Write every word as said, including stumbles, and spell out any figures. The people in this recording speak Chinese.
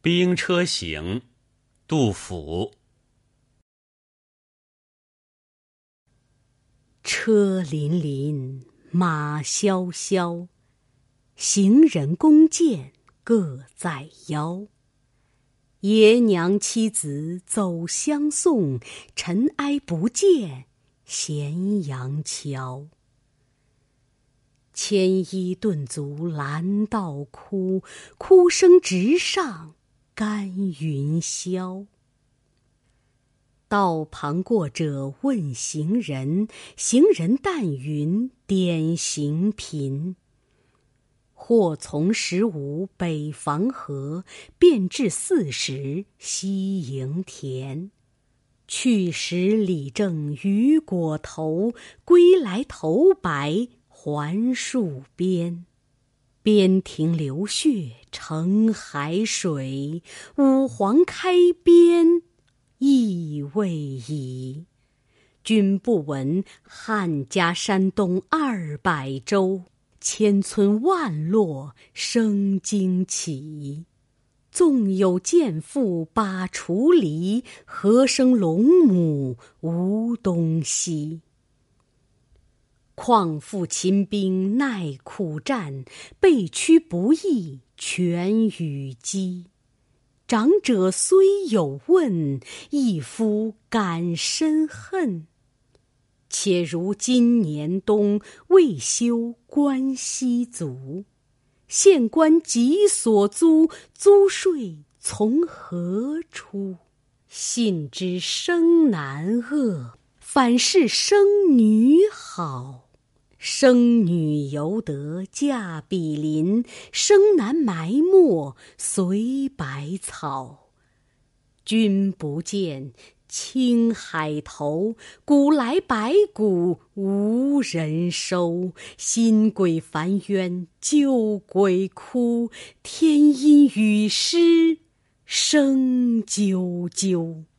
兵车行，杜甫。 车辚辚，马萧萧，行人弓箭各在腰。爷娘妻子走相送，尘埃不见咸阳桥。牵衣顿足拦道哭，哭声直上干云霄。道旁过者问行人，行人但云点行频。或从十五北防河，便至四十西营田。去时李正雨裹头，归来头白还戍边。边庭流血成海水，五皇开边意未已。君不闻汉家山东二百州，千村万落生荆杞。纵有剑妇把锄犁，何生龙母无东西。况复秦兵耐苦战，备驱不易全与鸡。长者虽有问，一夫敢申恨。且如今年冬，未休关西卒。县官急所租，租税从何出？信知生男恶，反是生女好。生女犹得嫁比邻，生男埋没随百草。君不见青海头，古来白骨无人收。新鬼烦冤旧鬼哭，天阴雨湿声啾啾。